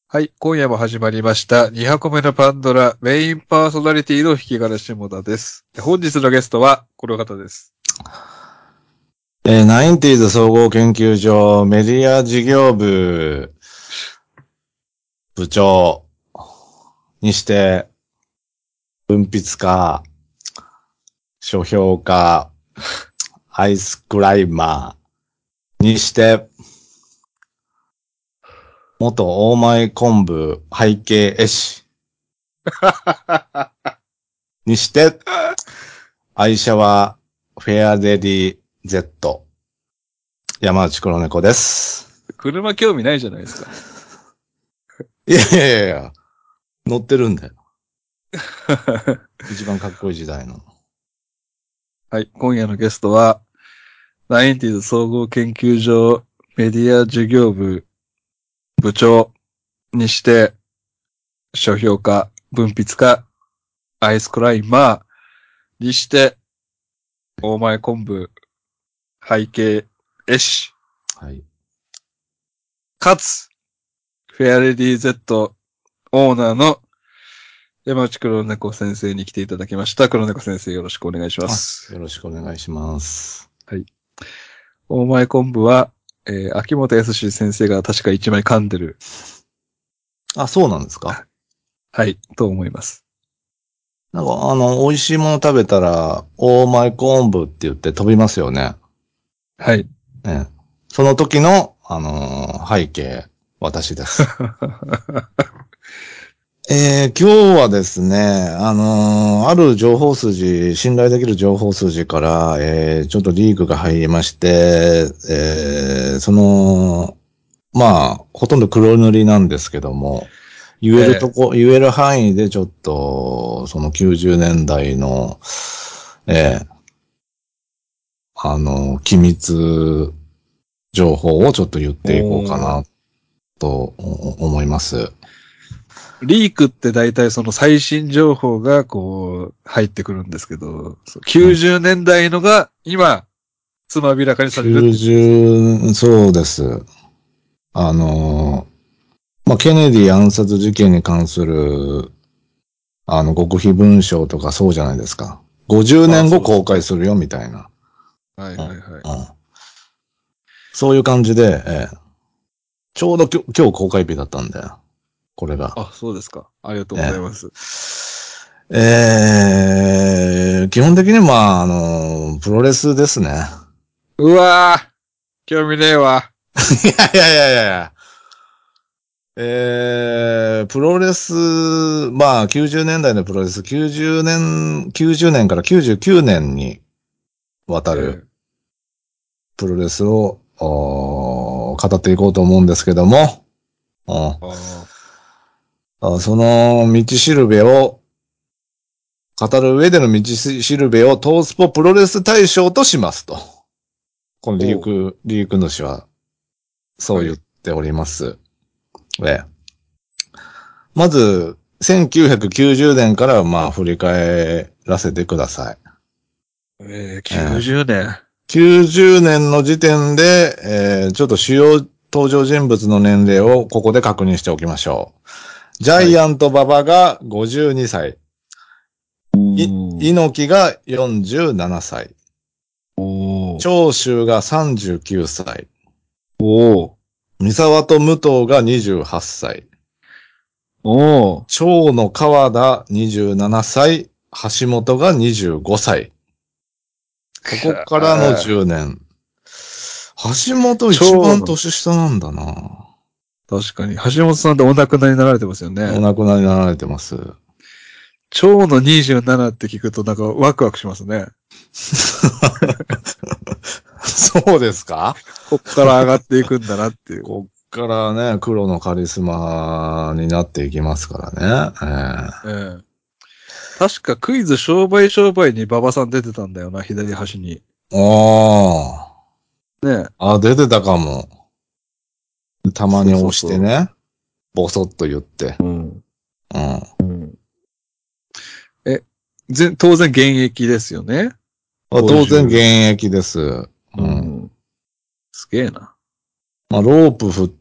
はい、今夜も始まりました。2箱目のパンドラ、メインパーソナリティの引き金下田です。本日のゲストは、この方です。 ナインティーズ総合研究所メディア事業部部長にして、文筆家、書評家、アイスクライマーにして、元大前昆布背景絵師にして、愛車はフェアレディ Z、山内黒猫です。 車興味ないじゃないですか。 いやいやいやいや、乗ってるんだよ。一番かっこいい時代の。 はい、今夜のゲストは、ナインティーズ総合研究所メディア事業部部長にして、書評家、文筆家、アイスクライマーにして、大前昆布背景絵師、 はい。 かつ、フェアレディ Z オーナーの山内黒猫先生に来ていただきました。黒猫先生よろしくお願いします。 よろしくお願いします。 はい。大前昆布は、秋元康先生が確か一枚噛んでる。 あ、そうなんですか？ はい、と思います。 なんか、美味しいもの食べたら、オーマイ昆布って言って飛びますよね。 はい。 ね。その時の、背景、私です。今日はですね、ある情報筋、信頼できる情報筋から、ちょっとリークが入りまして、まあ、ほとんど黒塗りなんですけども、言える範囲でちょっと、その90年代の、機密情報をちょっと言っていこうかなと思います。 リークって大体その最新情報がこう入ってくるんですけど、90年代のが今、つまびらかにされるっていうことです。 そうです。まあ、ケネディ暗殺事件に関する、極秘文書とかそうじゃないですか。50年後公開するよみたいな。 はいはいはい。 そういう感じで、ちょうど今日公開日だったんだよ。これが。 あ、そうですか。ありがとうございます。 基本的にまあ、プロレスですね。 うわぁ、興味ねえわ。 いやいやいやいやいや。プロレス、まあ、90年代のプロレス、90年から99年にわたるプロレスを、語っていこうと思うんですけども、その道しるべを、語る上での道しるべをトースポプロレス大賞としますと。このリーク主は、そう言っております。まず、1990年からまあ振り返らせてください。 90年。 90年の時点で、ちょっと主要登場人物の年齢をここで確認しておきましょう。ジャイアント馬場が52歳。猪木が47歳。長州が39歳。三沢と武藤が28歳。長野川田27歳。橋本が25歳。ここからの10年。橋本一番年下なんだな。 確かに。橋本さんってお亡くなりになられてますよね。 お亡くなりになられてます。 長の27って聞くとなんかワクワクしますね。 そうですか？ こっから上がっていくんだなっていう。 こっからね、黒のカリスマになっていきますからね。 確かクイズ商売に馬場さん出てたんだよな、左端に。ね出てたかも。たまに押してね。ボソッと言って。 当然現役ですよね。 当然現役です。 すげえな。 まあ、ロープ振って、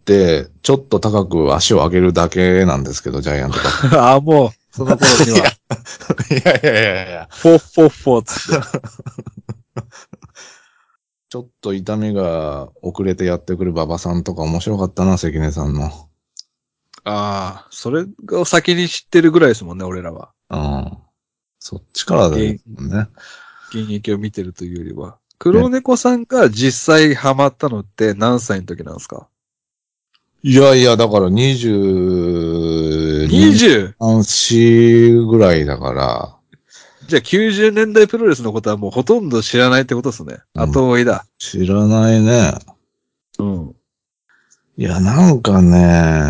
ちょっと高く足を上げるだけなんですけど、ジャイアントパパ。 ああ、もう、その頃には、 いやいやいやいや。 フォッフォッフォーつって。 ちょっと痛みが遅れてやってくる馬場さんとか面白かったな、関根さんの。 ああ、それを先に知ってるぐらいですもんね、俺らは。 うん。そっちからですもんね。 現役を見てるというよりは。黒猫さんが実際ハマったのって何歳の時なんですか？ いやいや、だから22、 20! 4ぐらいだから、 じゃあ90年代プロレスのことはもうほとんど知らないってことですね。 うん、 後追いだ。 知らないね。 うん。 いや、なんかね、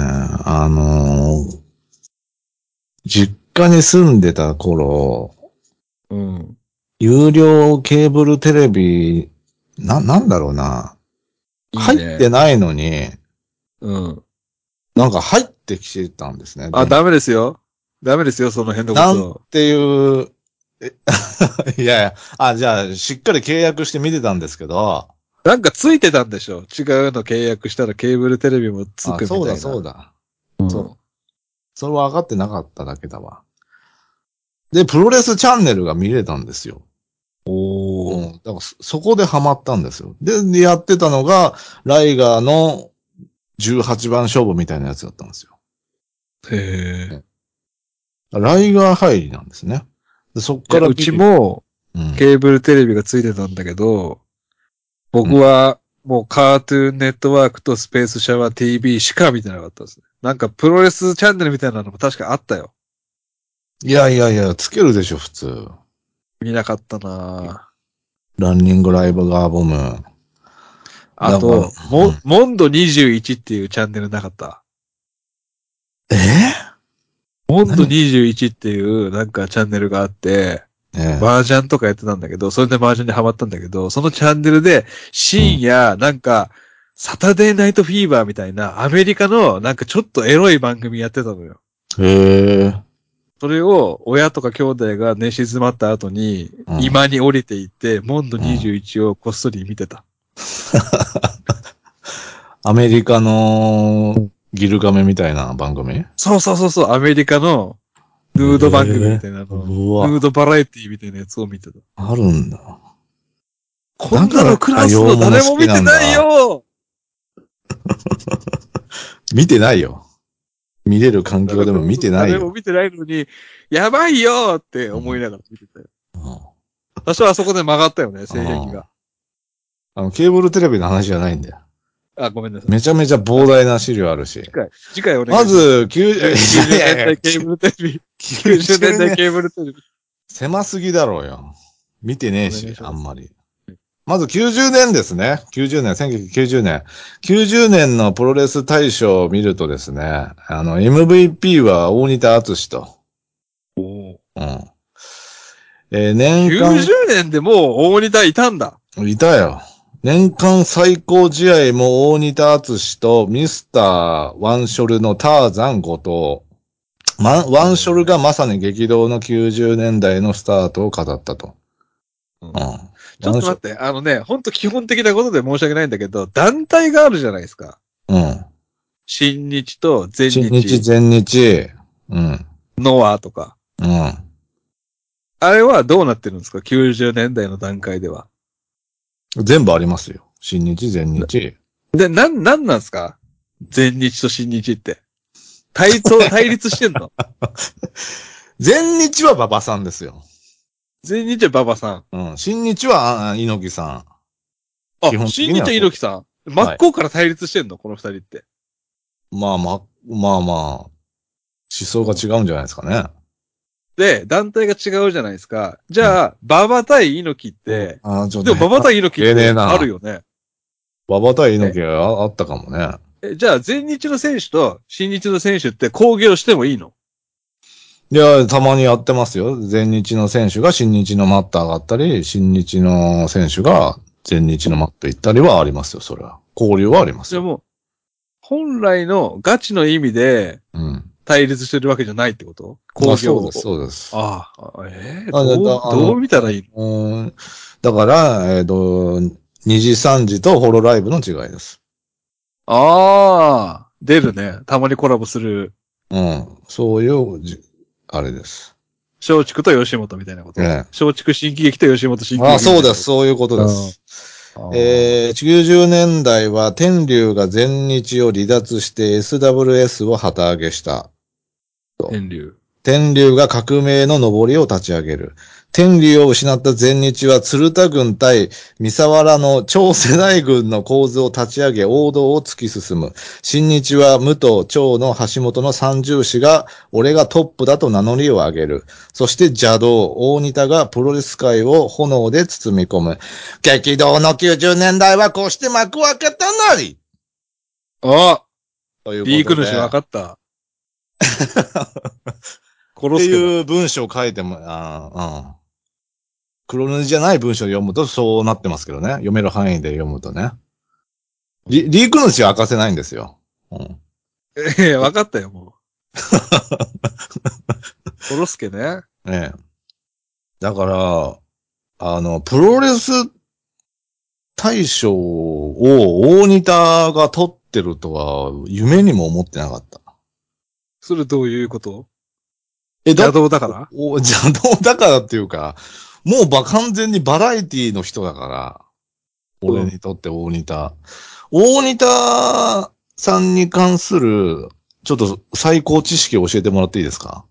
実家に住んでた頃、 うん。 有料ケーブルテレビ、なんだろうな。入っていいね。 ないのに、 うん。 なんか入ってきてたんですね。 あ、ダメですよ。ダメですよ、その辺のこなんと。 ていう、えいやいや、じゃあ、しっかり契約して見てたんですけど、 なんかついてたんでしょ？違うの契約したらケーブルテレビもつくみそうだたいな。 そうだ。 うん。 そう。それは分かってなかっただけだわ。で、プロレスチャンネルが見れたんですよ。うおー。 ん。だからそこでハマったんですよ。で、やってたのが、ライガーの18番勝負みたいなやつだったんですよ。 へえ。 ライガー入りなんですね。で、そっいや、うちから見て、 もうん。 ケーブルテレビがついてたんだけど、僕うん。 はもうカートゥーンネットワークとスペースシャワー TV しか見てなかったですね。なんかプロレスチャンネルみたいなのも確かあったよ。 いやいやいや、つけるでしょ、普通。 見なかったなぁ。 ランニングライブガーボム。だから、 あと、モンド21っていうチャンネルなかった？ えモンド何 21っていうなんかチャンネルがあって、 ええ麻雀とかやってたんだけど、それで麻雀にハマったんだけど、そのチャンネルで深夜、なんか、サタデーナイトフィーバーみたいなアメリカのなんかちょっとエロい番組やってたのよ。 へえ、 それを親とか兄弟が寝静まった後にうん、 今に降りていって、モンドうん。 21をこっそり見てた。 アメリカのギルガメみたいな番組。 そうそうそうそう、アメリカのヌへード番組みえ、 たいなの、 うわ、 ヌードバラエティみたいなやつを見てた。 あるんだ。 こんなだからのクラス洋の誰も物好き見てないなんだ。 よ。 見てないよ。見れる環境でも見てないよ。 誰も見てないのに、やばいよってうん、 思いながら見てたよ。 うん、 多少あそこで曲がったよね、性癖が。 ケーブルテレビの話じゃないんだよ。 あ、ごめんなさい。 めちゃめちゃ膨大な資料あるし。 次回お願いします。 まず、 90 いやいやいや、 年代ケーブルテレビ。90 90 年代年、 ケーブルテレビ。 狭すぎだろうよ。見てねおえし、 願いします。 あんまり。まず90年ですね。90年、1990年。90年のプロレス大賞を見るとですね、MVP は大仁田敦と。 おー。 うん。年間、 90年でもう大仁田いたんだ。 いたよ。年間最高試合も大仁田敦とミスターワンショルのターザン後藤。ワンショルがまさに激動の90年代のスタートを飾ったと。 うん。 うん。 ちょっワンショル、 と待って、ほんと基本的なことで申し訳ないんだけど、団体があるじゃないですか。 うん。 新日と全新日、 日、 全日、うん。 ノアとか。 うん。 あれはどうなってるんですか？ 90 年代の段階では。 全部ありますよ。新日、全日。 で、なんなんですか？全日と新日って。対立してんの？ 全日は馬場さんですよ。 全日は馬場さん。 うん。新日は猪木さん。 あ、 基本的新日はにはそう。 猪木さん。真はい。 っ向から対立してんのこの二人って。 まあまあ、まあまあ、思想が違うんじゃないですかね。 で、団体が違うじゃないですか。じうん。 ゃあ、馬場対猪木って、 ちょっでも馬場と対猪木っ言えねえてあるな。 よね。 馬場対え、 猪木はあったかもね。 じゃあ、全日の選手と新日の選手って交流してもいいの？ いや、たまにやってますよ。全日の選手が新日のマット上がったり、新日の選手が全日のマット行ったりはありますよ、それは。交流はありますよ。 じゃあもう、本来のガチの意味でうん。 対立してるわけじゃないってこと？ そうです、 工業を。 そうです。 ああ、 あ、だ、だあの、 どう見たらいいの？ だから、2時3時とホロライブの違いです。 ああ、出るね。たまにコラボする。 うん。そういうあれです。 松竹と吉本みたいなこと。 ね。 松竹新喜劇と吉本新喜ああ、そうです。 劇みたいなこと。 そういうことでうん。 す。 ああ。 90年代は天竜が全日を離脱して SWS を旗揚げした。 天竜。 天竜が革命の上りを立ち上げる。天竜を失った全日は鶴田軍対三沢原の超世代軍の構図を立ち上げ王道を突き進む。新日は武藤、長の橋本の三重士が俺がトップだと名乗りを上げる。そして邪道、大仁田がプロレス界を炎で包み込む。激動の90年代はこうして幕を開けたなりあ、 というリークことで。 主分かった。 って殺すけど。 いう文章を書いても、黒塗りじゃない文章を読むとそうなってますけどね。読める範囲で読むとね。リーク主は明かせないんですよ。うん。 ええ、分かったよ、もう。殺すけね。 ねえ。だから、プロレス大賞を大仁田が取ってるとは夢にも思ってなかった。 それどういうこと？ だ邪道だから？ 邪道だからっていうか、もう完全にバラエティの人だから、俺にとって大仁田。大仁田さんに関する、ちょっと最高知識を教えてもらっていいですか？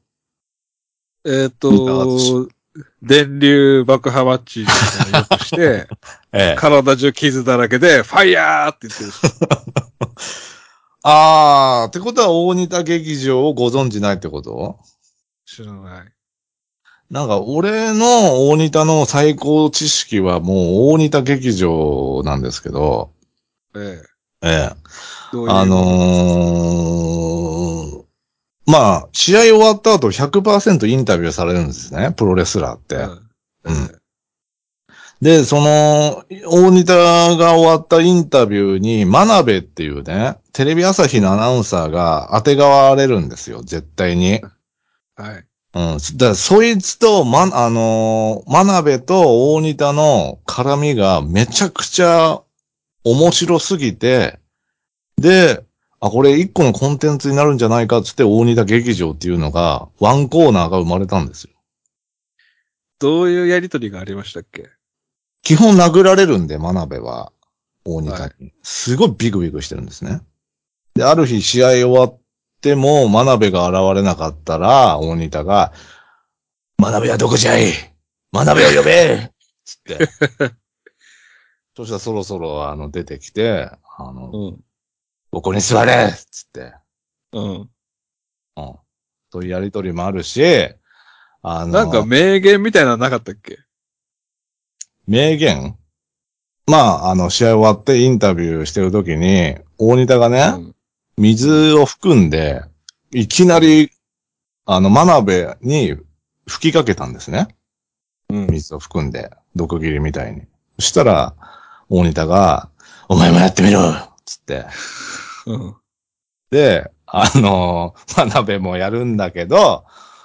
電流爆破マッチみたいなのよくして、 ええ。 体中傷だらけで、ファイヤーって言ってる人。 ってことは大仁田劇場をご存知ないってこと？ 知らない。 なんか、俺の大仁田の最高知識はもう大仁田劇場なんですけど、 ええ。 ええ。 どうあのいうこと？ まあ、試合終わった後100%インタビューされるんですね、プロレスラーって。 うん。えうん。 え。 で、大仁田が終わったインタビューに、真鍋っていうね、テレビ朝日のアナウンサーが当てがわれるんですよ、絶対に。 はい。 うん。だからそいつと、真鍋と大仁田の絡みがめちゃくちゃ面白すぎて、で、これ一個のコンテンツになるんじゃないかっつって大仁田劇場っていうのが、ワンコーナーが生まれたんですよ。 どういうやりとりがありましたっけ？ 基本殴られるんで、真鍋は、大仁はい。 田に。すごいビクビクしてるんですね。で、ある日試合終わっても、真鍋が現れなかったら、大仁田が、真鍋はどこじゃい、真鍋を呼べつって。そしたらそろそろ、出てきて、 うん。 ここに座れつって。 うん。 うん。そういうやりとりもあるし、あなんかの、 名言みたいなのなかったっけ？ 名言まあ、試合終わってインタビューしてるときに、大仁田がね、 うん。うん。 水を含んで、いきなうん。 り、真鍋に吹きかけたんですね。 うん。 水を含んで、毒斬りみたいに。そしたら、大仁田が、お前もやってみろつって。 うん。 で、真鍋もやるんだけど、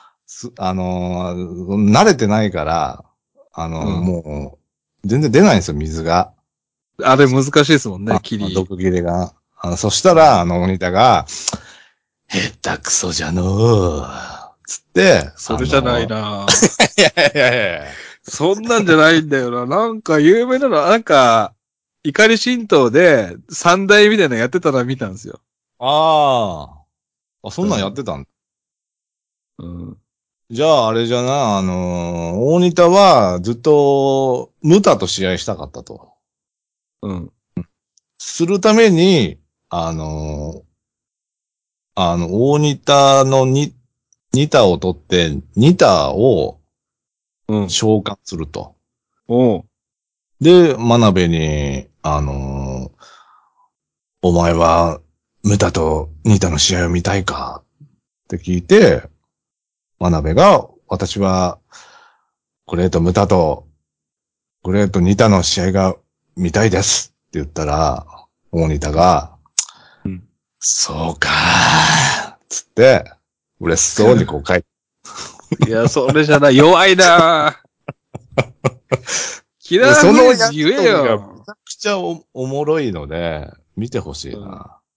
慣れてないから、 うん。 もう、全然出ないんですよ、水が。 あれ難しいですもんね、キリ。 毒切れが。そしたら、 うん。 鬼田が、下手くそじゃのう。つって、 それじゃないな。 いやいやいやそんなんじゃないんだよな。なんか有名なの、なんか、怒り神道で三大みたいなのやってたら見たんですよ。 そんなんやっうん。 てたんだ。 うん。 じゃあ、あれじゃな、大仁田はずっと、ムタと試合したかったと。 うん。 するために、あの大仁田のニタを取って、ニタをうん。 召喚すると。 おう。 で、真鍋に、お前は、ムタとニタの試合を見たいかって聞いて、真鍋が、私は、グレートムタと、グレートニタの試合が見たいですって言ったら、大仁田が、 うん。 そうかーつって、嬉しそうにこう書いて。 いや、それじゃない。弱いな。キラーそフレのやりーズ言えとりがめちよ。 ゃくちゃおもろいので、見てほしいうん。 な。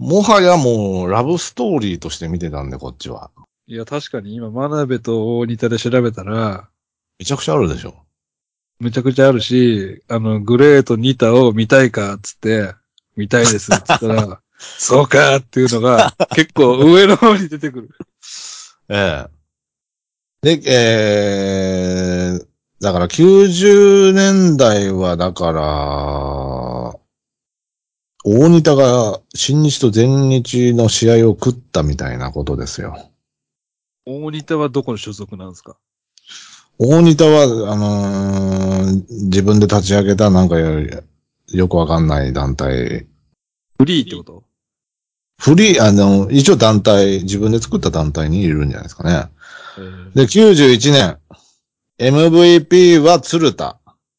もはやもうラブストーリーとして見てたんで、こっちは。 いや、確かに今、真鍋と大仁田で調べたら、 めちゃくちゃあるでしょ。 めちゃくちゃあるし、グレーとニタを見たいか、つって、見たいです、つったら、そうかっていうのが、結構上の方に出てくる。 ええ。で、だから90年代は、だから、大仁田が新日と全日の試合を食ったみたいなことですよ。 大仁田はどこの所属なんですか？ 大仁田は、自分で立ち上げたなんかよくわかんない団体。 フリーってこと？ フリー、一応団体、自分で作った団体にいるんじゃないですかね。 えで、91年、MVP は鶴田。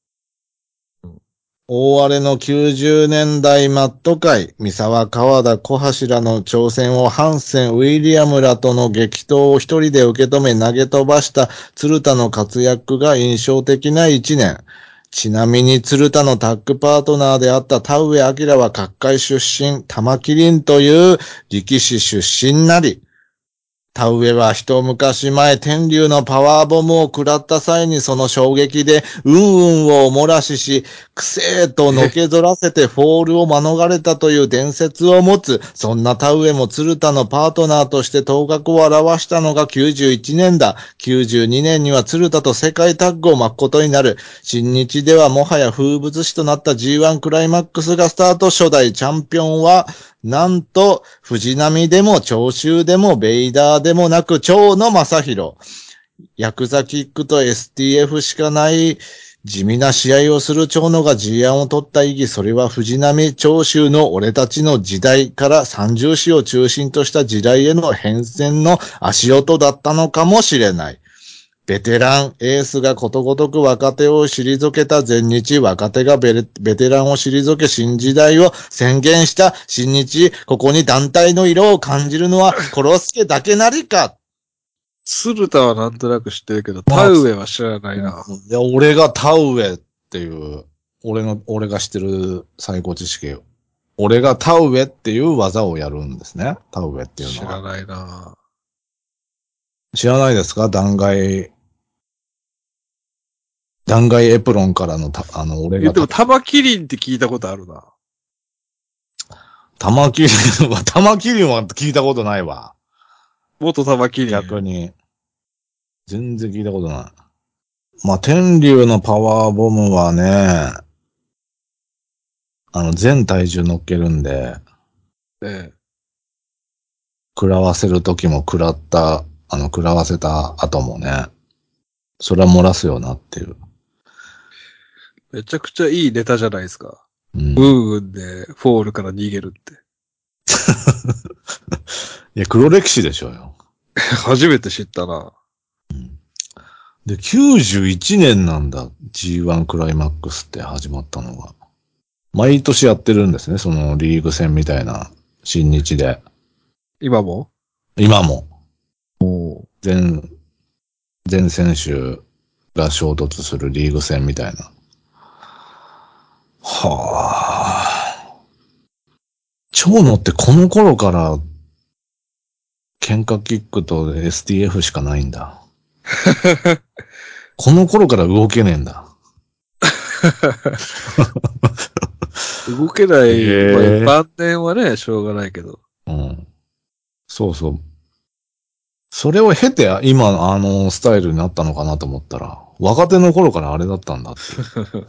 大荒れの90年代マット界、三沢、川田、小柱の挑戦をハンセン、ウィリアムらとの激闘を一人で受け止め投げ飛ばした鶴田の活躍が印象的な一年。ちなみに鶴田のタッグパートナーであった田上明は各界出身、玉木凛という力士出身なり、田植えは一昔前天竜のパワーボムを食らった際にその衝撃でうんを漏らし、くせーとのけぞらせてフォールを免れたという伝説を持つ、そんな田植えも鶴田のパートナーとして頭角を現したのが91年だ。92年には鶴田と世界タッグを巻くことになる。新日ではもはや風物詩となった G1 クライマックスがスタート。初代チャンピオンは、なんと、藤波でも長州でもベイダーでもなく、蝶野正宏。ヤクザキックと STF しかない地味な試合をする蝶野が G1 を取った意義、それは藤波長州の俺たちの時代から三重士を中心とした時代への変遷の足音だったのかもしれない。ベテランエースがことごとく若手を退けた前日、若手がベテランを退け新時代を宣言した新日、ここに団体の色を感じるのはコロスケだけなりか。 鶴田はなんとなく知ってるけど、 まあ田植えは知らないな。 いや、俺が田植えっていう、俺が知ってる最高知識。俺が田植えっていう技をやるんですね。田植えっていうのは。 知らないな。 知らないですか？断崖エプロンからの俺がでも、玉キリンって聞いたことあるな。 玉切りは聞いたことないわ。 元玉キリン。 逆に。全然聞いたことない。まあ、天竜のパワーボムはね、全体重乗っけるんで、 ええ。 食らわせる時も食らわせた後もね、それは漏らすよなっていう。 めちゃくちゃいいネタじゃないですか。 うん。 うんうんで、フォールから逃げるって。 いや、黒歴史でしょうよ。 初めて知ったな。 で、91年なんだ。G1 クライマックスって始まったのが。毎年やってるんですね。そのリーグ戦みたいな、新日で。 今も？ 今も。 お全選手が衝突するリーグ戦みたいな。はあ。長野ってこの頃から喧嘩キックと STF しかないんだ。この頃から動けねえんだ。 動けない、 へえ。 晩年はね、しょうがないけど。 うん。そうそう。それを経て、今、スタイルになったのかなと思ったら、若手の頃からあれだったんだっていう。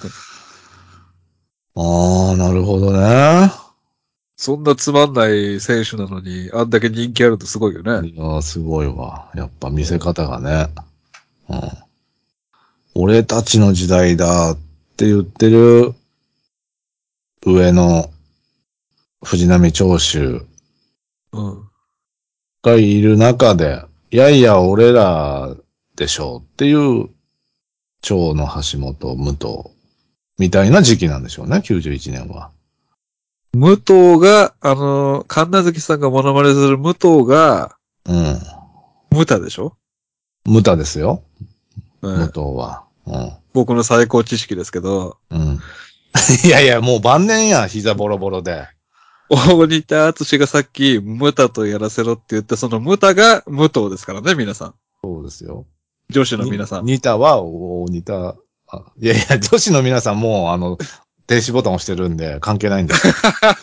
ああ、なるほどね。 そんなつまんない選手なのに、あんだけ人気あるとすごいよね。 いやー、すごいわ。やっぱ見せ方がね。うん。俺たちの時代だって言ってる上の藤波長州うん。 がいる中で、いやいや、俺らでしょうっていう長の橋本、武藤みたいな時期なんでしょうね、91年は。 武藤が、神奈月さんがモノマネする武藤が、 うん。 ムタでしょ？ 無田ですよ、武うん。 藤は。 僕の最高知識ですけど、 うん。うん。いやいや、もう晩年や、膝ボロボロで。 大仁田敦がさっき、ムタとやらせろって言った、そのムタが武藤ですからね、皆さん。 そうですよ。 女子の皆さん。 ニタは大仁田、いやいや、女子の皆さんも停止ボタン押してるんで関係ないんですよ。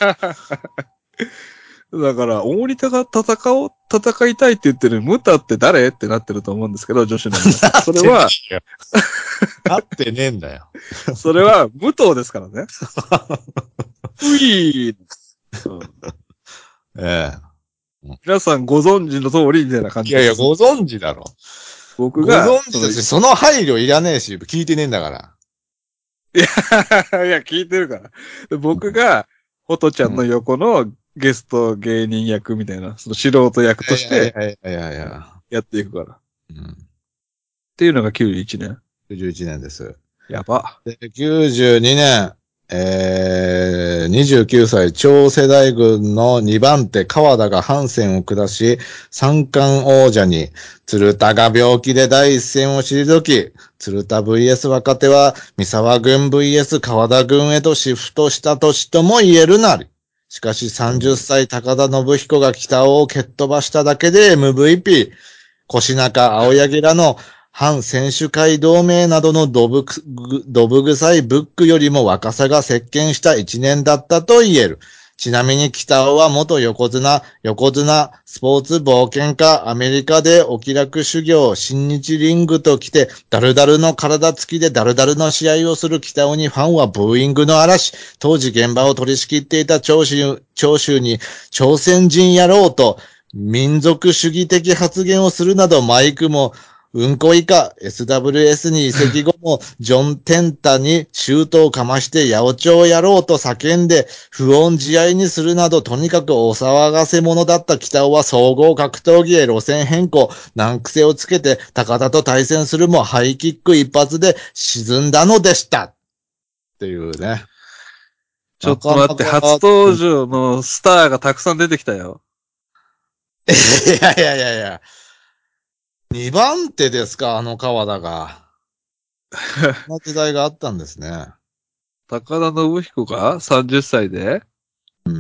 だから、大仁田が戦いたいって言ってるムタって誰ってなってると思うんですけど、女子の皆さん。それは、 なってねえんだよ。 それは武藤ですからね。ういー、うん、 え皆さんご存知の通りみたいな感え。いじです。 やいや、ご存知だろ。ご僕が、 存知だし、その配慮いらねえし、聞いてねえんだから。 いや、いや、聞いてるから。で僕が、ホトちゃんの横のゲスト芸人役みたいな、その素人役としていやいやいや。 やっていくから。っうん。 ていうのが91年。 91年です。 やば。 で、92年、29歳、超世代軍の2番手、川田が反戦を下し、三冠王者に、鶴田が病気で第一線を退き、鶴田 VS 若手は、三沢軍 VS 川田軍へとシフトした年とも言えるなり。しかし30歳高田信彦が北尾を蹴っ飛ばしただけで MVP、腰中青柳らの反選手会同盟などのドブ臭いブックよりも若さが席巻した一年だったと言える。ちなみに北尾は元横綱、スポーツ冒険家、アメリカでお気楽修行、新日リングと来て、ダルダルの体つきでダルダルの試合をする北尾にファンはブーイングの嵐。当時現場を取り仕切っていた長州に朝鮮人野郎と民族主義的発言をするなどマイクもうんこ以下、SWS に移籍後も、ジョン・テンタにシュートをかまして、八百長やろうと叫んで、不穏試合にするなど、とにかくお騒がせ者だった北尾は総合格闘技へ路線変更、難癖をつけて、高田と対戦するも、ハイキック一発で沈んだのでした。っていうね。 ちょっと待って、初登場のスターがたくさん出てきたよ。 いやいやいやいや。2番手ですか、川田が。そんな時代があったんですね。 高田信彦が30歳でうん。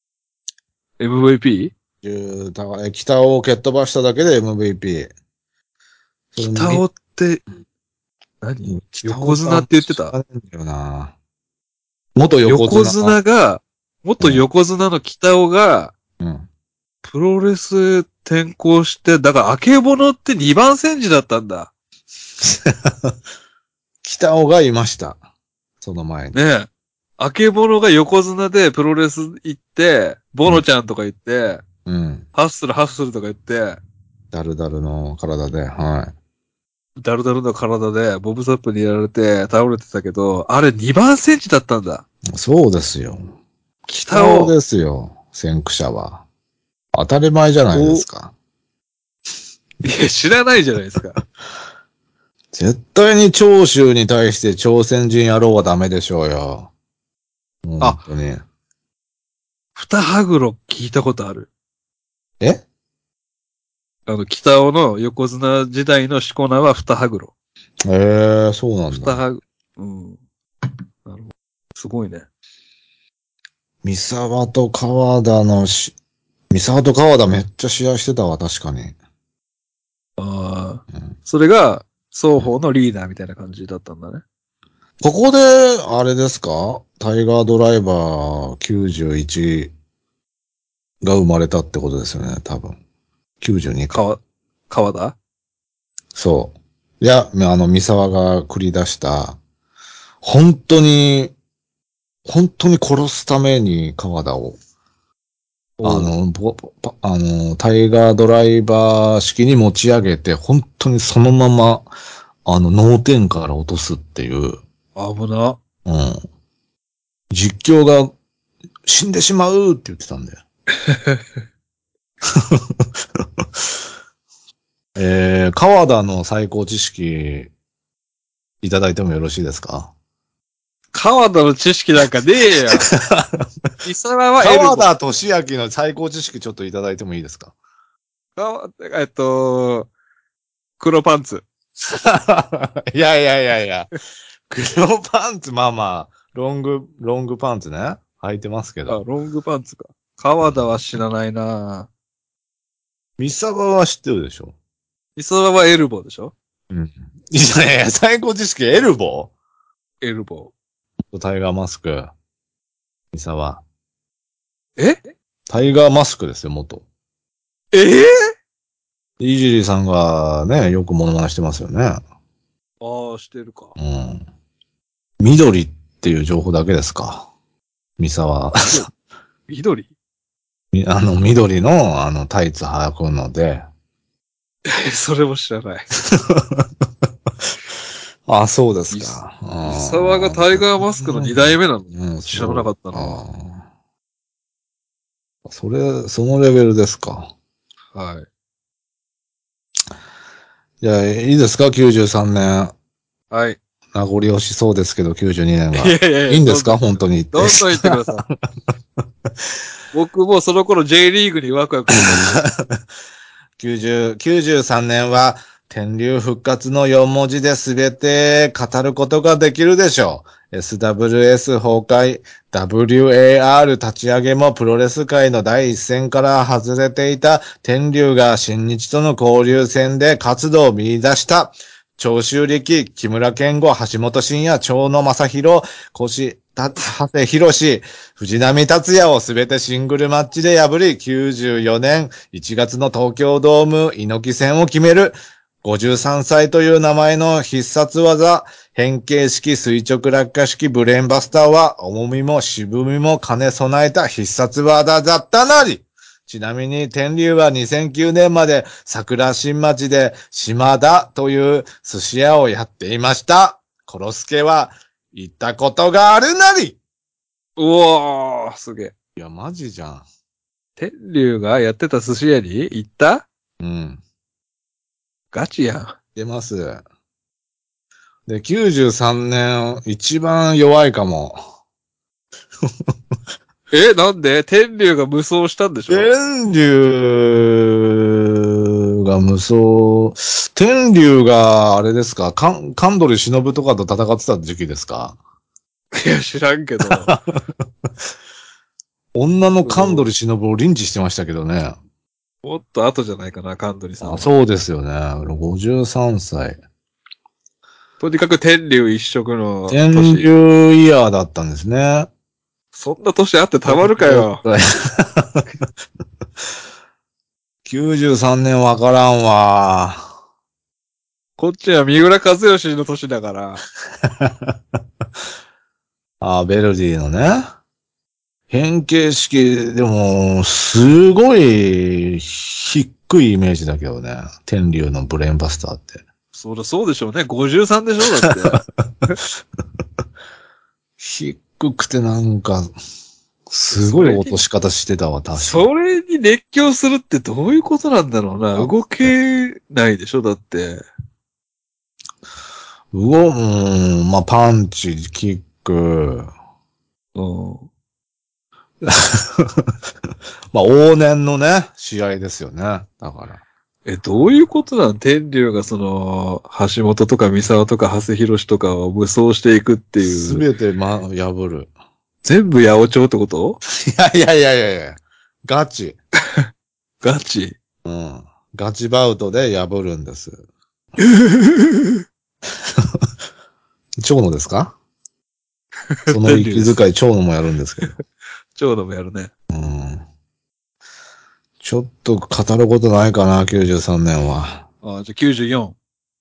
MVP？ 北尾を蹴っ飛ばしただけで MVP。 北尾って何、横綱って言ってた？ んだよな。元横綱が、元横綱の北尾が、 うん。 プロレス転向して、だから、あけぼのって2番戦時だったんだ。 北尾がいました。その前に。 ねえ。あけぼのが横綱でプロレス行って、ボノちゃんとか言って、 うん。 ハッスルとか言って、 ダルダルの体で、はダルダルの体でボブサップにやられて倒れてたけど、あれ2番戦時だったんだ。 い。そうですよ。北尾ですよ。先駆者は。当たり前じゃないですか。 いや、知らないじゃないですか。 絶対に長州に対して朝鮮人野郎はダメでしょうよ。本当に。 二羽黒聞いたことある。 え？ 北尾の横綱時代のしこ名は二羽黒。 そうなんだ。 二羽、うん。なるほど。すごいね。 三沢と川田めっちゃ試合してたわ、確かに。 ああ、 うん、 それが、双方のリーダーみたいな感じだったんだね。 ここで、あれですか？タイガードライバー91が生まれたってことですよね、多分。92か。 川田？ そう。いや、三沢が繰り出した、本当に殺すために川田を、タイガードライバー式に持ち上げて、本当にそのまま、脳天から落とすっていう。 危な。 うん。実況が死んでしまうって言ってたんだよ。川田の最高知識いただいてもよろしいですか？ 川田の知識なんかねえよ。伊沢は川田俊明の最高知識ちょっといただいてもいいですか？ 黒パンツ。 いや。黒パンツ、まあまあ、ロングパンツね。 履いてますけあ、 ど。 ロングパンツか。川田は知らないな。 三沢は知ってるでしょ？ 磯田はエルボーでしょ？ うん。いやいや、最高知識エルボエルボータイガーマスク。三沢。 ー。えタイガーマスクですよ、元。 えイージリーさんがね、よくモノマネしてますよね。 ああ、してるか。 うん。緑っていう情報だけですか。三沢。 緑緑の、タイツ履くので。 それも知らない。 あ、そうですか。 三沢がタイガーマスクの2代目なの？ うん、 知らなかったな。 そのレベルですか。 はい。 じゃあ、いいですか？ 93 年。 はい。 名残惜しそうですけど、92年が。 いやいやいや、 いいんですか？本当に言って。 どんどん言ってください。僕もその頃 J リーグにワクワクしてたんで。 93年は、天竜復活の4文字で全て語ることができるでしょう。SWS 崩壊、WAR 立ち上げもプロレス界の第一線から外れていた天竜が新日との交流戦で活動を見出した。長州力、木村健吾、橋本真也、長野正宏、長谷博士、藤波達也をすべてシングルマッチで破り、94年1月の東京ドーム猪木戦を決める。53歳という名前の必殺技、変形式垂直落下式ブレーンバスターは、重みも渋みも兼ね備えた必殺技だったなり。ちなみに天竜は2009年まで桜新町で島田という寿司屋をやっていました。コロスケは行ったことがあるなり。 うわー、すげえ。 いや、マジじゃん。 天竜がやってた寿司屋に行った？ うん。 ガチやん。 出ます。で、93年一番弱いかも。 なんで天竜が無双したんでしょ？ 天竜が無双、天竜があれですか？神取忍とかと戦ってた時期ですか？ いや、知らんけど。 女の神取忍をリンチしてましたけどね。 もっと後じゃないかな、カントリーさんあ、 は。 そうですよね。53歳。 とにかく天竜一色の天年。 竜イヤーだったんですね。 そんな年あってたまるかよ。 93年わからんわ。 こっちは三浦和義の年だから。 あ、ベルディのね。変形式、でも、すごい低いイメージだけどね。天竜のブレーンバスターって。 そうでしょうね。53でしょだって。 低くてなんか、すごい落とし方してたわ、確かに。 それに熱狂するってどういうことなんだろうな。動けないでしょだって。 まあ、パンチ、キック。 うん。 まあ、往年のね、試合ですよね。だから。 どういうことなん？天竜が橋本とか三沢とか長谷博士とかを無双していくっていう。 すべて破る。 全部八百長ってこと？ いやいやいやいや。ガチ。 ガチ。 うん。ガチバウトで破るんです。蝶野ですか？その息遣い蝶野もやるんですけど。 長野もやるね。 うん。ちょっと語ることないかな、93年は。 あ、じゃあ94。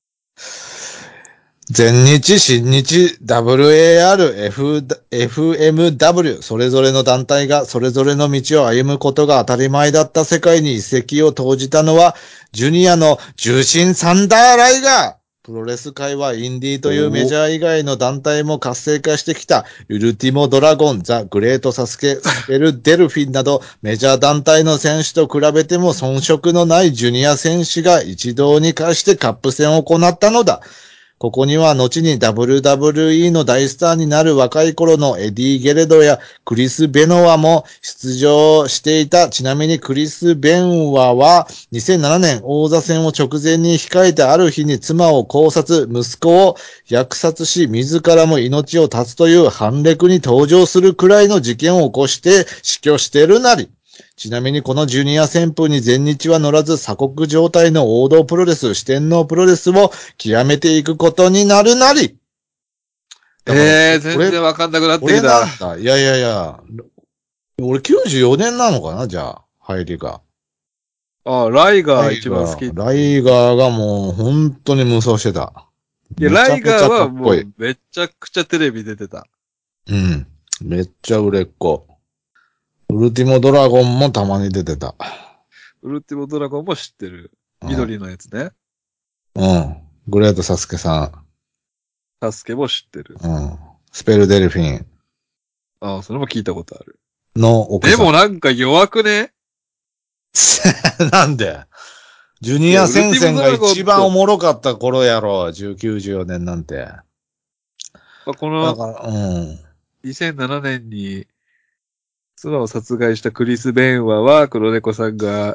全日、新日、WAR、FMW、それぞれの団体がそれぞれの道を歩むことが当たり前だった世界に一石を投じたのは、ジュニアの重心サンダーライガー。プロレス界はインディーというメジャー以外の団体も活性化してきた、ウルティモドラゴン、ザ・グレートサスケ、スペル・デルフィンなど、メジャー団体の選手と比べても遜色のないジュニア選手が一堂に会してカップ戦を行ったのだ。 ここには後に WWE の大スターになる若い頃のエディ・ゲレドやクリス・ベノワも出場していた。ちなみにクリス・ベンワは2007年王座戦を直前に控えたある日に妻を絞殺、息子を虐殺し、自らも命を絶つという反逆に登場するくらいの事件を起こして死去してるなり。ちなみにこのジュニア旋風に全日は乗らず鎖国状態の王道プロレス、四天王プロレスを極めていくことになるなり。 全然わかんなくなってき俺なた。 んだ。いや。俺94年なのかなじゃあ、入りが。 あ、ライガー一番好き。 ライガーがもう本当に無双してた。 いや、ライガーはめちゃくちゃかっこいい。 もうめちゃくちゃテレビ出てた。 うん。めっちゃ売れっ子。ウルティモドラゴンもたまに出てた。 ウルティモドラゴンも知ってる。緑のやつね。 うん。グレートサスケさサスケも知ってる。 ん。うん。スペルデルフィンああ、それも聞いたことある。 の奥さん。 でもなんか弱くね？ なんでジュニア戦線が一番おもろかった頃やろ。1994年なんて。 この、2007年に妻を殺害したクリス・ベンワは黒猫さんが、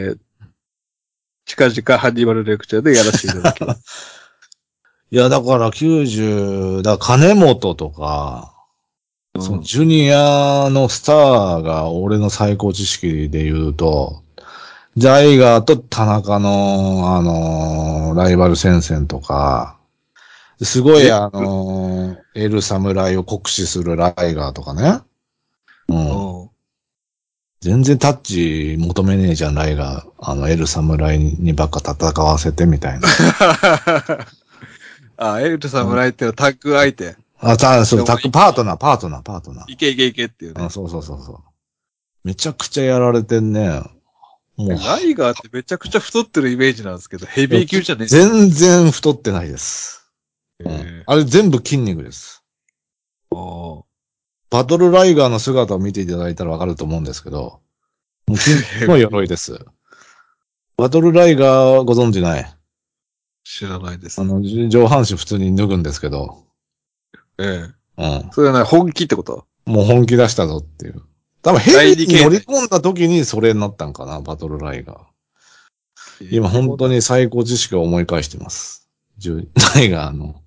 近々ハンニバルレクチャーでやらせていただきます。 いや、だから90、金本とか、そのジュニアのスターが俺の最高知識で言うと、ジャイガーと田中の、ライバル戦線とか、すごいエル侍を酷使するライガーとかね。うん。全然タッチ求めねえじゃん、ライガー。エル侍にばっか戦わせてみたいな。 あ、エル侍ってのはタッグ相手。 そう、タッグパートナー。 いけっていうね。 そう。めちゃくちゃやられてんね。 もう。ライガーってめちゃくちゃ太ってるイメージなんですけど、ヘビー級じゃねえ。 全然太ってないです。あれ全部筋肉です。バトルライガーの姿を見ていただいたらわかると思うんですけど、もう筋肉の鎧です。バトルライガーご存知ない？ 知らないです。 上半身普通に脱ぐんですけど。それはね、本気ってこと？ もう本気出したぞっていう。多分ヘビに乗り込んだ時にそれになったんかな、バトルライガー。今本当に最高知識を思い返してます。ライガーの。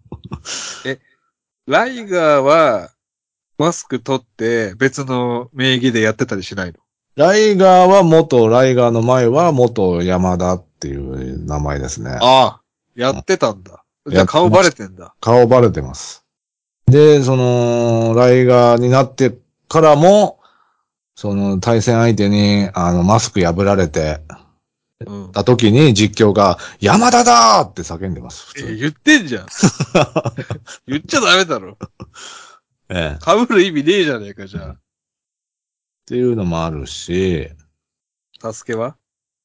ライガーは、マスク取って別の名義でやってたりしないの？ ライガーはライガーの前は元山田っていう名前ですね。 ああ、やってたんだ。じゃあ顔バレてんだ。 顔バレてます。で、ライガーになってからも、対戦相手に、マスク破られて、た時に実況が、山田だーって叫んでます、普通。 言ってんじゃん。言っちゃダメだろ。 被る意味ねえじゃねえか、じゃあ。 っていうのもあるし、 サスケは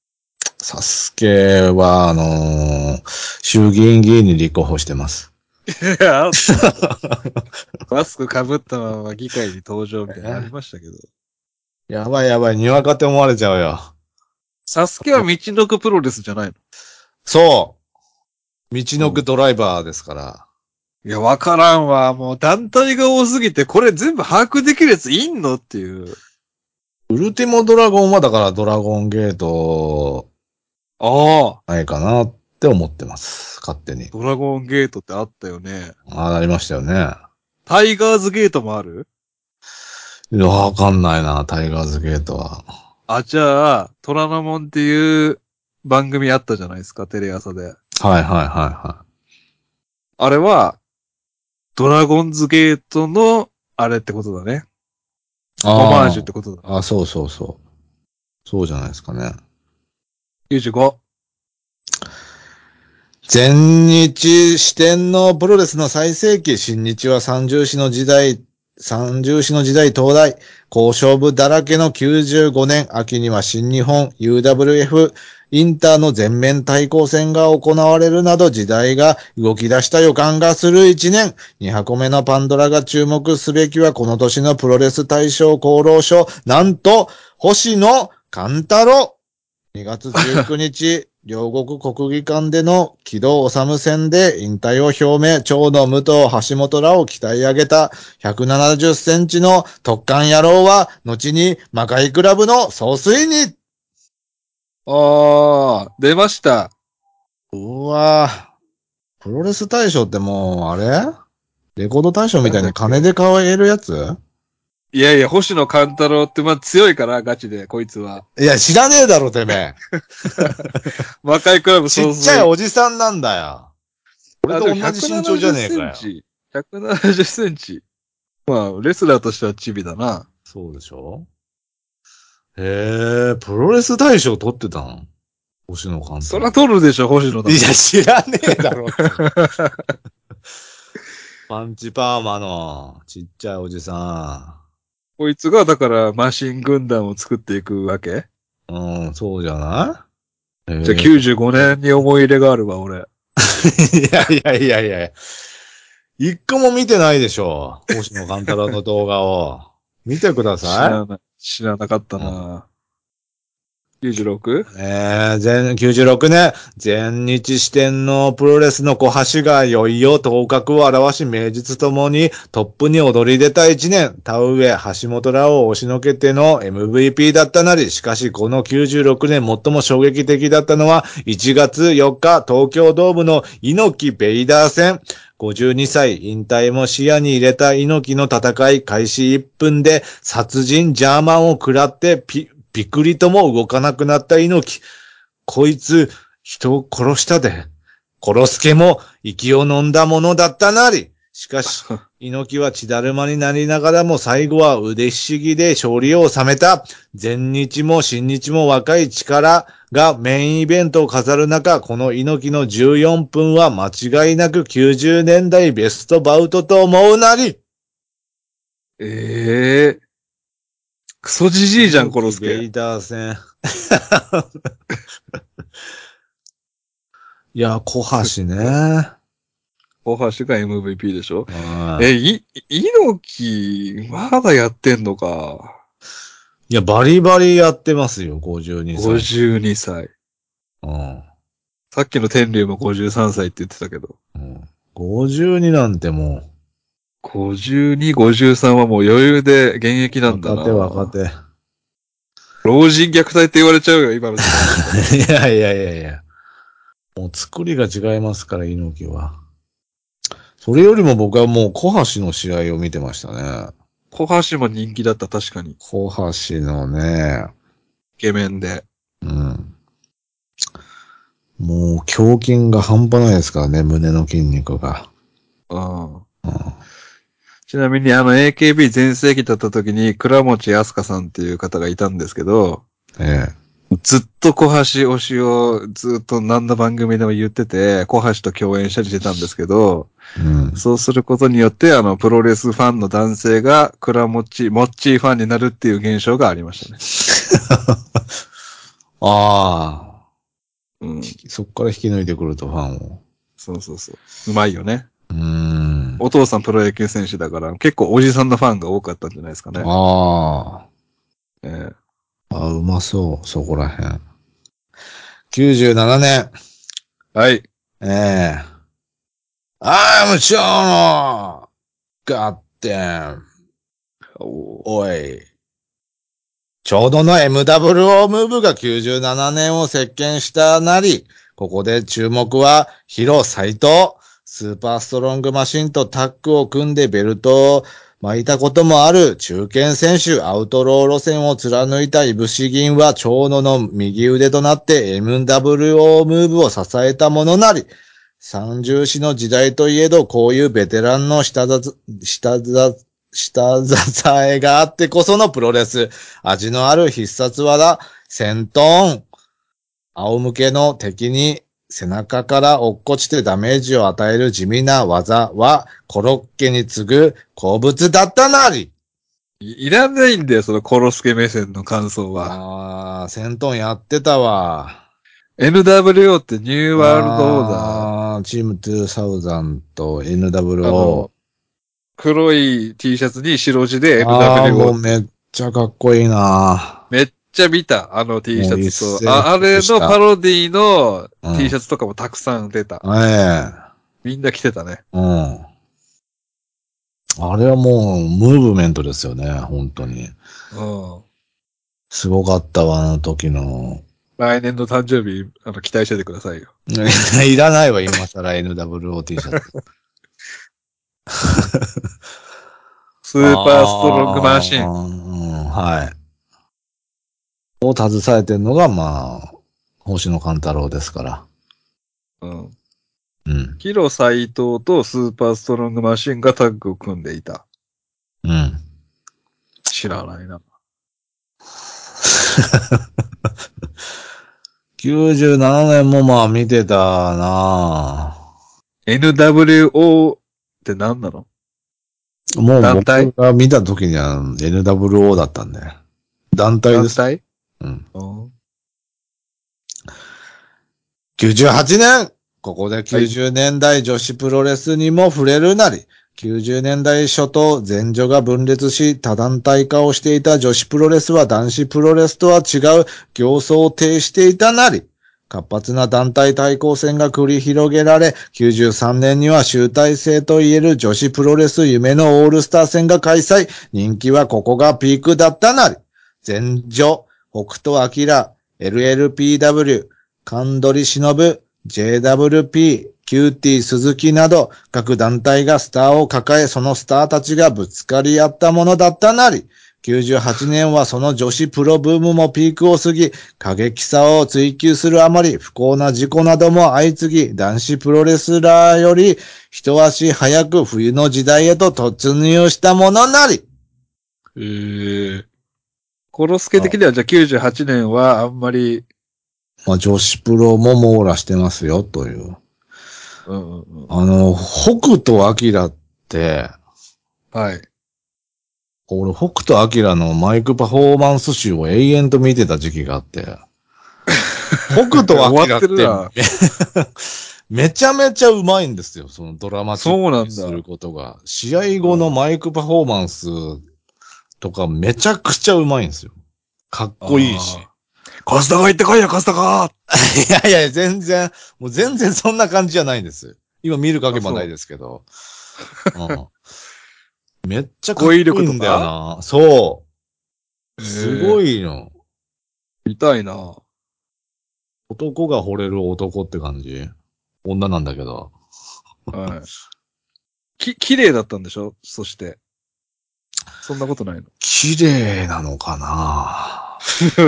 衆議院議員に立候補してます。 いや、マスク被ったまま議会に登場みたいなのありましたけど。 やばい、にわかって思われちゃうよ。 サスケは道のくプロレスじゃないの？ そう。道のくドライバーですから。 いや、わからんわ。もう団体が多すぎて、これ全部把握できるやついんのっていう。 ウルティモドラゴンはだからドラゴンゲート、ないかなって思ってます。勝手に。 ドラゴンゲートってあったよね。 ありましたよね。 タイガーズゲートもある？ わかんないな、タイガーズゲートは。 じゃあ、虎ノ門っていう番組あったじゃないですか、テレ朝で。 はい。 あれは、ドラゴンズゲートの、あれってことだね。オマージュってことだ。 そう。そうじゃないですかね。 95。 全日四天王プロレスの最盛期、新日は三重士の時代到来、好勝負だらけの95年、秋には新日本 UWF インターの全面対抗戦が行われるなど時代が動き出した予感がする1年。2箱目のパンドラが注目すべきはこの年のプロレス大賞功労賞、なんと、星野勘太郎。2月19日、 両国国技館での木戸治戦で引退を表明、長野武藤橋本らを鍛え上げた170センチの特艦野郎は、後に魔界クラブの総帥に。 出ました。 うわぁ。プロレス大賞ってもう、あれレコード大賞みたいに金で買えるやつ？ いやいや、星野勘太郎って強いから、ガチで、こいつは。 いや、知らねえだろ、てめえ。 魔界クラブち総帥。 っちゃいおじさんなんだよ。俺と同じ身長じゃねえかよ。 170センチ。まあ、レスラーとしてはチビだな。 そうでしょ？へえ、プロレス大賞取ってたん？星野監督。 そら取るでしょ、星野だもん。 いや、知らねえだろ。パンチパーマのちっちゃいおじさこいつが、だから、マシン軍団を作っていくわけ？ ん。うん、そうじゃない？ じゃあ95年に思い入れがあるわ、俺。 いやいやいやいや一個も見てないでしょ。星野勘太郎の動画を。見てくださ知らなかったな。96？ 96年、全日四天王プロレスの小橋がいよいよ頭角を現し、名実ともにトップに躍り出た1年、田上、橋本らを押しのけての MVP だったなり、しかしこの96年最も衝撃的だったのは、1月4日、東京ドームの猪木ベイダー戦、52歳、引退も視野に入れた猪木の戦い、開始1分で殺人ジャーマンを食らってピクリとも動かなくなった猪木。こいつ、人を殺したで。殺すけも息を飲んだものだったなり。しかし、猪木は血だるまになりながらも最後は腕ひしぎで勝利を収めた。前日も新日も若い力がメインイベントを飾る中、この猪木の14分は間違いなく90年代ベストバウトと思うなり。 クソじじいじゃん、殺すベイけ。 ダー戦。いや、小橋ね。 大橋が MVP でしょ？ うん猪木、まだやってんのか。 いや、バリバリやってますよ、52歳。 52歳。 うん。 さっきの天竜も53歳って言ってたけど。 うん。52なんても 52、53はもう余裕で現役う、 なんだな。 若手。 老人虐待って言われちゃうよ、今の時代。 いや。もう作りが違いますから、猪木は。それよりも僕はもう小橋の試合を見てましたね。 小橋も人気だった、確かに。 小橋のね、 イケメンで。 うん。もう胸筋が半端ないですからね、胸の筋肉が。 うん。 うん、 ちなみにAKB 全盛期だった時に倉持飛鳥さんっていう方がいたんですけど、 ええ。 ずっと小橋推しをずっと何の番組でも言ってて、小橋と共演したりしてたんですけど、 うん。 そうすることによって、プロレスファンの男性がモッチーファンになるっていう現象がありましたね。 ああ。 うん。 そっから引き抜いてくるとファンを。 そう。うまいよね。 お父さんプロ野球選手だから、結構おじさんのファンが多かったんじゃないですかね。 ああ、うまそう、そこらへん。97年。 はい。 ええ。I'm sure! ガッテン。おい。ちょうどの MWO ムーブが97年を席巻したなり、ここで注目は、ヒロ斎藤。スーパーストロングマシンとタッグを組んでベルトを巻いたこともある中堅選手、アウトロー路線を貫いたイブシ銀は長野の右腕となって MWO ムーブを支えたものなり、三重士の時代といえど、こういうベテランの下支えがあってこそのプロレス。味のある必殺技、戦闘。仰向けの敵に背中から落っこちてダメージを与える地味な技は、コロッケに次ぐ好物だったなり。 いらないんだよ、そのコロスケ目線の感想は。 戦闘やってたわ。 NWO ってニューワールドオーダー。 チーム2000と NWO。 黒い T シャツに白地で NWO。 もうめっちゃかっこいいな。 めっちゃ見た。あの T シャツもう一世と。あれのパロディのうん T シャツとかもたくさん出た。 えみんな着てたね。 え。うん。あれはもう、ムーブメントですよね、本当に。 うん。 すごかったわ、あの時の。 来年の誕生日、期待しててくださいよ。 いらないわ、今更 NWOT シャツ。 スーパーストロングマシン。 うん、はい。を携えてるのが、まあ、星野勘太郎ですから。 うん。 うん。 ヒロ斎藤とスーパーストロングマシンがタッグを組んでいた。 うん。 知らないな。 97年もまあ見てたな NWO って何なの？ もう団体？ 僕が見た時には NWO だったんで。団体です。 団体？ うん。 うん。 98年ここではい。 90年代女子プロレスにも触れるなり、90年代初頭、前女が分裂し、多団体化をしていた女子プロレスは男子プロレスとは違う競争を呈していたなり、活発な団体対抗戦が繰り広げられ、93年には集大成といえる女子プロレス夢のオールスター戦が開催。人気はここがピークだったなり、前女、北斗晶、LLPW、神取忍、JWP、キューティー鈴木など各団体がスターを抱え、そのスターたちがぶつかり合ったものだったなり、98年はその女子プロブームもピークを過ぎ、過激さを追求するあまり、不幸な事故なども相次ぎ、男子プロレスラーより一足早く冬の時代へと突入したものなり。 コロスケ的にはじゃあ98年はあんまり、 まあ、女子プロも網羅してますよ、という。 うんうんうん。 北斗晶って、 はい。 俺、北斗晶のマイクパフォーマンス集を永遠と見てた時期があって、北斗終わってる晶ってな。 めちゃめちゃうまいんですよ。そのドラマチッそうなんだ。 クにすることが。試合後のうん。 マイクパフォーマンスとかめちゃくちゃうまいんですよ。かっこいいし。 ああ。コストコ行ってこいよ、コストコあ、 いやいや、もう全然そんな感じじゃないんです。今見る影もないそですけど。うん。めっちゃう。 かっ語彙力こいいんだよとか？ な。そう。すごええ、 いの。 見たいな。 男が惚れる男って感じ。女なんだけど。 はい。綺麗だったんでしょ？そして。そんなことないの？ 綺麗なのかな。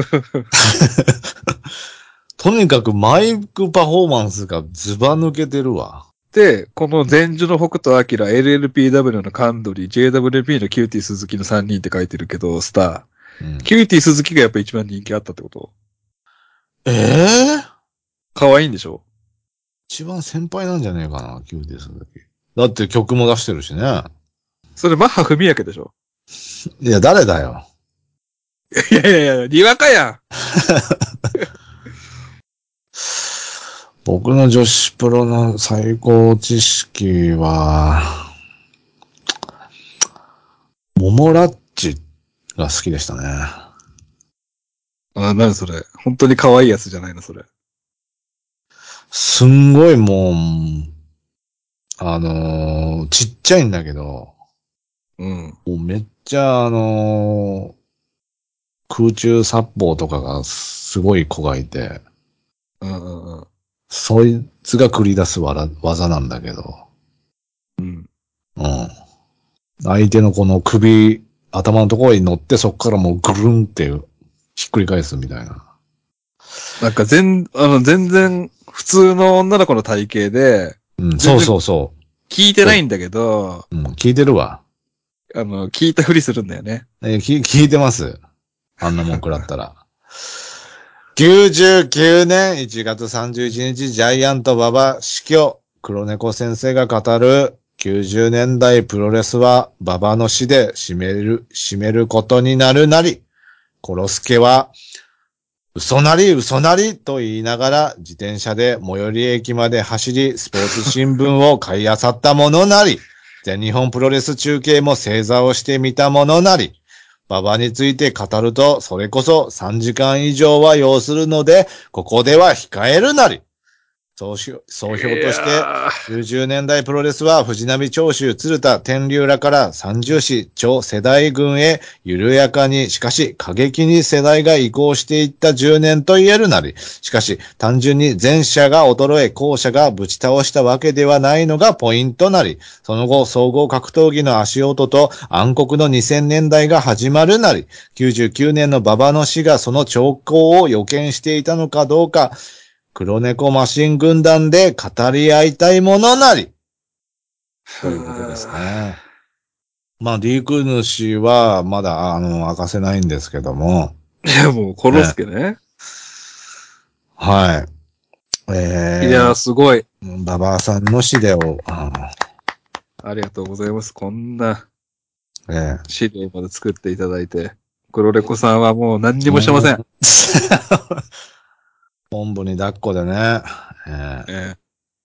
とにかくマイクパフォーマンスがズバ抜けてるわ。 で、この前樹の北斗晶、LLPW のカンドリ、JWP のキューティー鈴木の3人って書いてるけど、スター。 うん、 キューティー鈴木がやっぱ一番人気あったってこと？ ええ可愛いんでしょ？ 一番先輩なんじゃねえかな、キューティスだけ。だって曲も出してるしね。 それマッハ文明でしょ？ いや、誰だよ。 いやいやいや、にわかやん。 僕の女子プロの最高知識は、モモラッチが好きでしたね。 あ、なにそれ。本当に可愛いやつじゃないの、それ。 すんごいもう、ちっちゃいんだけど、 うん。 もうめっちゃ空中殺法とかがすごい子がいて、 うんうんうん。 そいつが繰り出す技なんだけど、 うん。 うん。相手のこの頭のところに乗ってそこからもうぐるんってひっくり返すみたいな。 なんか全然普通の女の子の体型で、 うん、そう全然そうそ聞いてないんだけど、 う。うん、聞いてるわ。 聞いたふりするんだよね。 聞いてます。あんなもん食らったら。99年1月31日、ジャイアント馬場死去。黒猫先生が語る90年代プロレスは馬場の死で締めることになるなり、コロスケは嘘なり嘘なりと言いながら自転車で最寄り駅まで走りスポーツ新聞を買い漁ったものなり、全日本プロレス中継も正座をしてみたものなり、 馬場について語ると、それこそ3時間以上は要するので、ここでは控えるなり。総評として、90年代プロレスは藤波長州鶴田天竜らから三重視超世代群へ緩やかにしかし過激に世代が移行していった10年と言えるなり。しかし単純に前者が衰え後者がぶち倒したわけではないのがポイントなり。その後総合格闘技の足音と暗黒の2000年代が始まるなり。99年の馬場の死がその兆候を予見していたのかどうか。黒猫マシン軍団で語り合いたいものなり。ということですね。まあ、リーク主はまだ、明かせないんですけども。 いや、もう、コロスケね。 はい。 いや、すごい。 馬場さんの死でありがとうございます。こんな、 え資料まで作っていただいて。黒レコさんはもう何にもしてません。 本部に抱っこでね。 え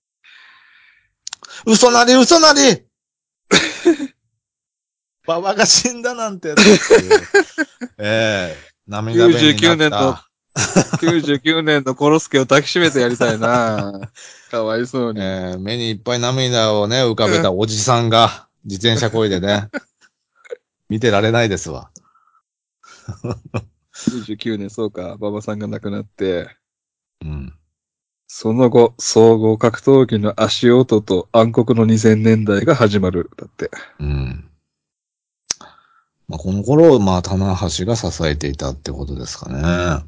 嘘なり嘘なり馬場が死んだなんてっていう。涙目になった。 99年のコロスケを抱きしめてやりたいな。かわいそうに。 目にいっぱい涙をね、浮かべたおじさんが、自転車こいでね。見てられないですわ。 99年、そうか、馬場さんが亡くなって、 うん。 その後、総合格闘技の足音と暗黒の2000年代が始まる。だって。 うん。まあ、この頃、まあ、棚橋が支えていたってことですかね。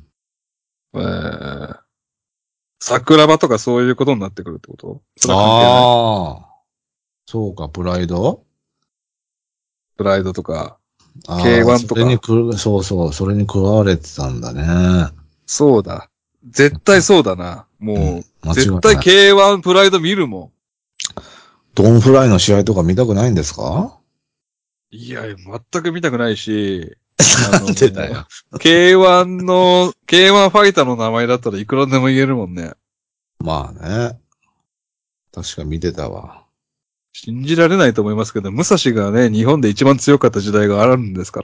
桜庭とかそういうことになってくるってことそれは関係ない。 ああ。そうか、プライドプライドとか、 ああ、 K1 とか。 そうそう、それに加われてたんだね。 そうだ。絶対そうだな。もう、 間違いない絶対 K1 プライド見るもドンフライの試合とか見たくないんですかん。いや、全く見たくないし、 なんでだよ。 K1 ファイターの名前だったらいくらでも言えるもんね。 まあね。確か見てたわ。 信じられないと思いますけど、武蔵がね、日本で一番強かった時代があるんですから。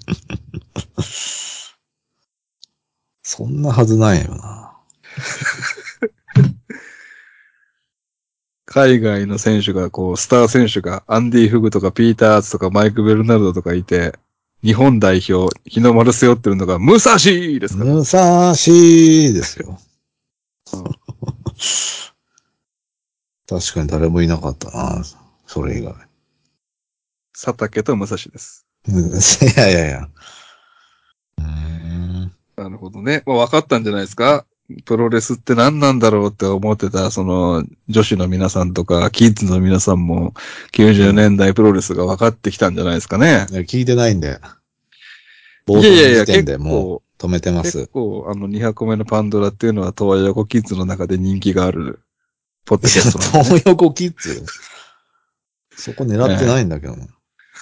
そんなはずないよな。 海外の選手が、スター選手が、アンディ・フグとかピーターズとかマイク・ベルナルドとかいて、日本代表、日の丸背負ってるのが、武蔵ですから。 武蔵ですよ。確かに誰もいなかったな。それ以外。 佐竹と武蔵です。 いやいやいや。 なるほどね。まあ、分かったんじゃないですか。プロレスって何なんだろうって思ってた、女子の皆さんとか、キッズの皆さんも、90年代プロレスが分かってきたんじゃないですかね。 聞いてないんで。冒頭いやいやいや、 の時点でもう止めてます。 結構、200個目のパンドラっていうのは、東和横キッズの中で人気がある、ポッドキャストなんで、ね。 東横キッズそこ狙ってないんだけどな。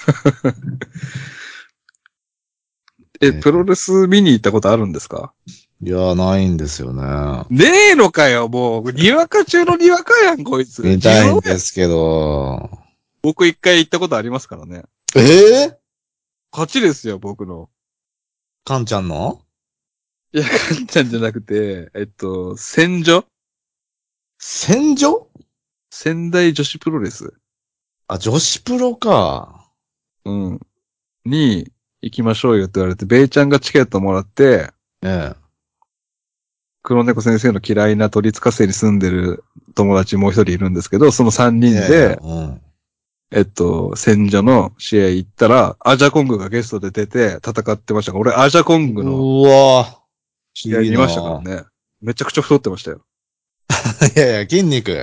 プロレス見に行ったことあるんですか？ いや、ないんですよね。 ねえのかよ、もう。にわか中のにわかやん、こいつ。 見たいんですけど。 僕一回行ったことありますからね。勝ちですよ、僕の。 カンちゃんのいや、かんちゃんじゃなくて、戦場戦場仙台女子プロレス。 あ、女子プロか。 うん。に行きましょうよって言われて、ベイちゃんがチケットもらって、 ええ。 黒猫先生の嫌いな鳥塚生に住んでる友達もう一人いるんですけど、その三人で、戦場の試合行ったら、アジャコングがゲストで出て戦ってましたから、俺アジャコングのうわ試合見ましたからね。めちゃくちゃ太ってましたよ。 いやいや、筋肉。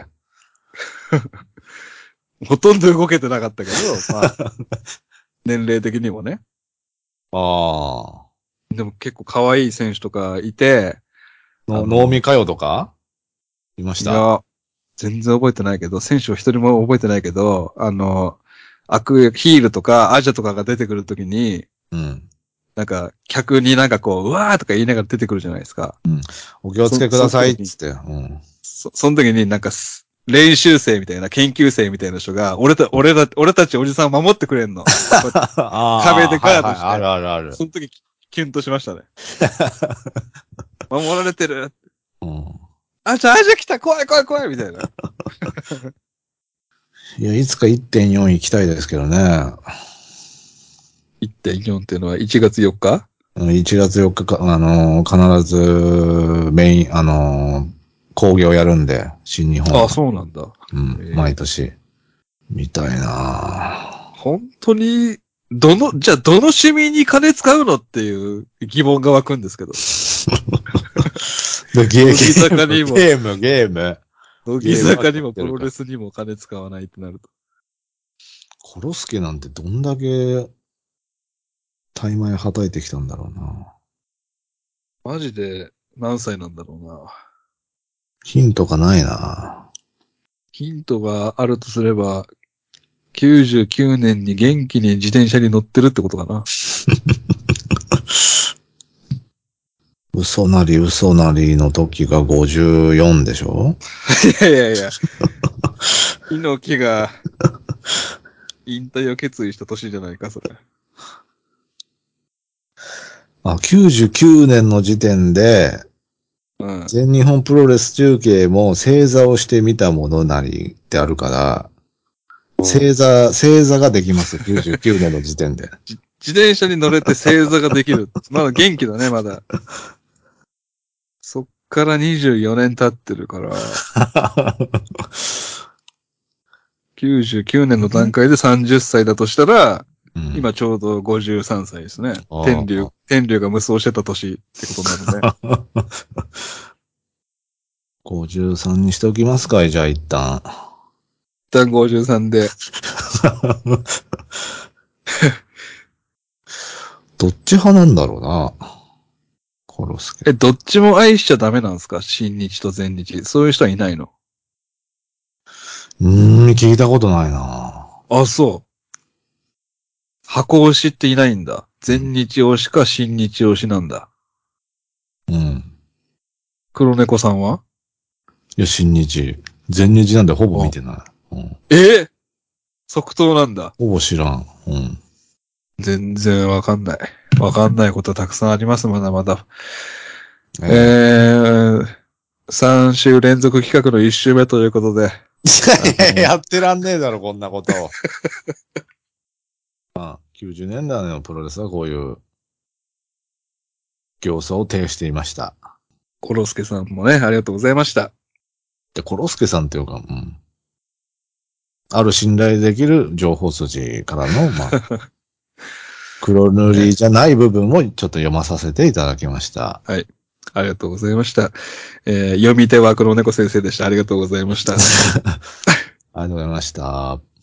ほとんど動けてなかったけど、まあ、年齢的にもね。 ああ。 でも結構可愛い選手とかいて、 能見かよとかいました？ いや、全然覚えてないけど、選手は一人も覚えてないけど、ヒールとかアジャとかが出てくるときに、 うん。 なんか、客になんかうわーとか言いながら出てくるじゃないですか。 うん。お気をつけくださいっつって。 その時になんか練習生みたいな、研究生みたいな人が、俺たちおじさんを守ってくれんの。壁でガードして。 あるあるある。 その時、キュンとしましたね。守られてる。 うん、 あ、じゃあ来た、怖い怖い怖いみたいな。 いや、いつか 1.4 行きたいですけどね。 1.4 っていうのは1月4日 1月4日か、必ずメイン、工業やるんで、新日本。 あ、そうなんだ。 うん、毎年。見たいな本当に、じゃあどの趣味に金使うのっていう疑問が湧くんですけど。 乃木坂にも、 ゲーム。 乃木坂にもプロレスにも金使わないってなると。 コロスケなんてどんだけ、大枚はたいてきたんだろうな。 マジで何歳なんだろうな。 ヒントがないな。 ヒントがあるとすれば、99年に元気に自転車に乗ってるってことかな。 嘘なり嘘なりの時が54でしょ？ いやいやいや。猪木が引退を決意した年じゃないか、それ。 あ、99年の時点で、 うん。 全日本プロレス中継も正座をしてみたものなりってあるから、正座ができます。99年の時点で。 自転車に乗れて正座ができる。まだ元気だね、まだ。そっから24年経ってるから、99年の段階で30歳だとしたら、 うん、 今ちょうど53歳ですね。 あ天竜が無双してた年ってことになるね。 53にしておきますかい、じゃあ一旦。 一旦53で。 どっち派なんだろうな。コロスケ。 どっちも愛しちゃダメなんですか？新日と全日。そういう人はいないの？ 聞いたことないな。 あ、そう。箱推しっていないんだ。全日推しか新日推しなんだ。 うん。 黒猫さんは？ いや、新日。全日なんでほぼ見てない。うん、 即答なんだ。 ほぼ知らん。うん。 全然わかんない。わかんないことたくさんあります、まだまだ。3週連続企画の1週目ということで。 いやいや、やってらんねえだろ、こんなことを。90年代のプロレスはこういう競争を呈していました。 コロスケさんもね、ありがとうございました。 で、コロスケさんっていうか、ある信頼できる情報筋からの、黒塗りじゃない部分をちょっと読まさせていただきました。 はい。ありがとうございました。読み手は黒猫先生でした。ありがとうございました。 ありがとうございました。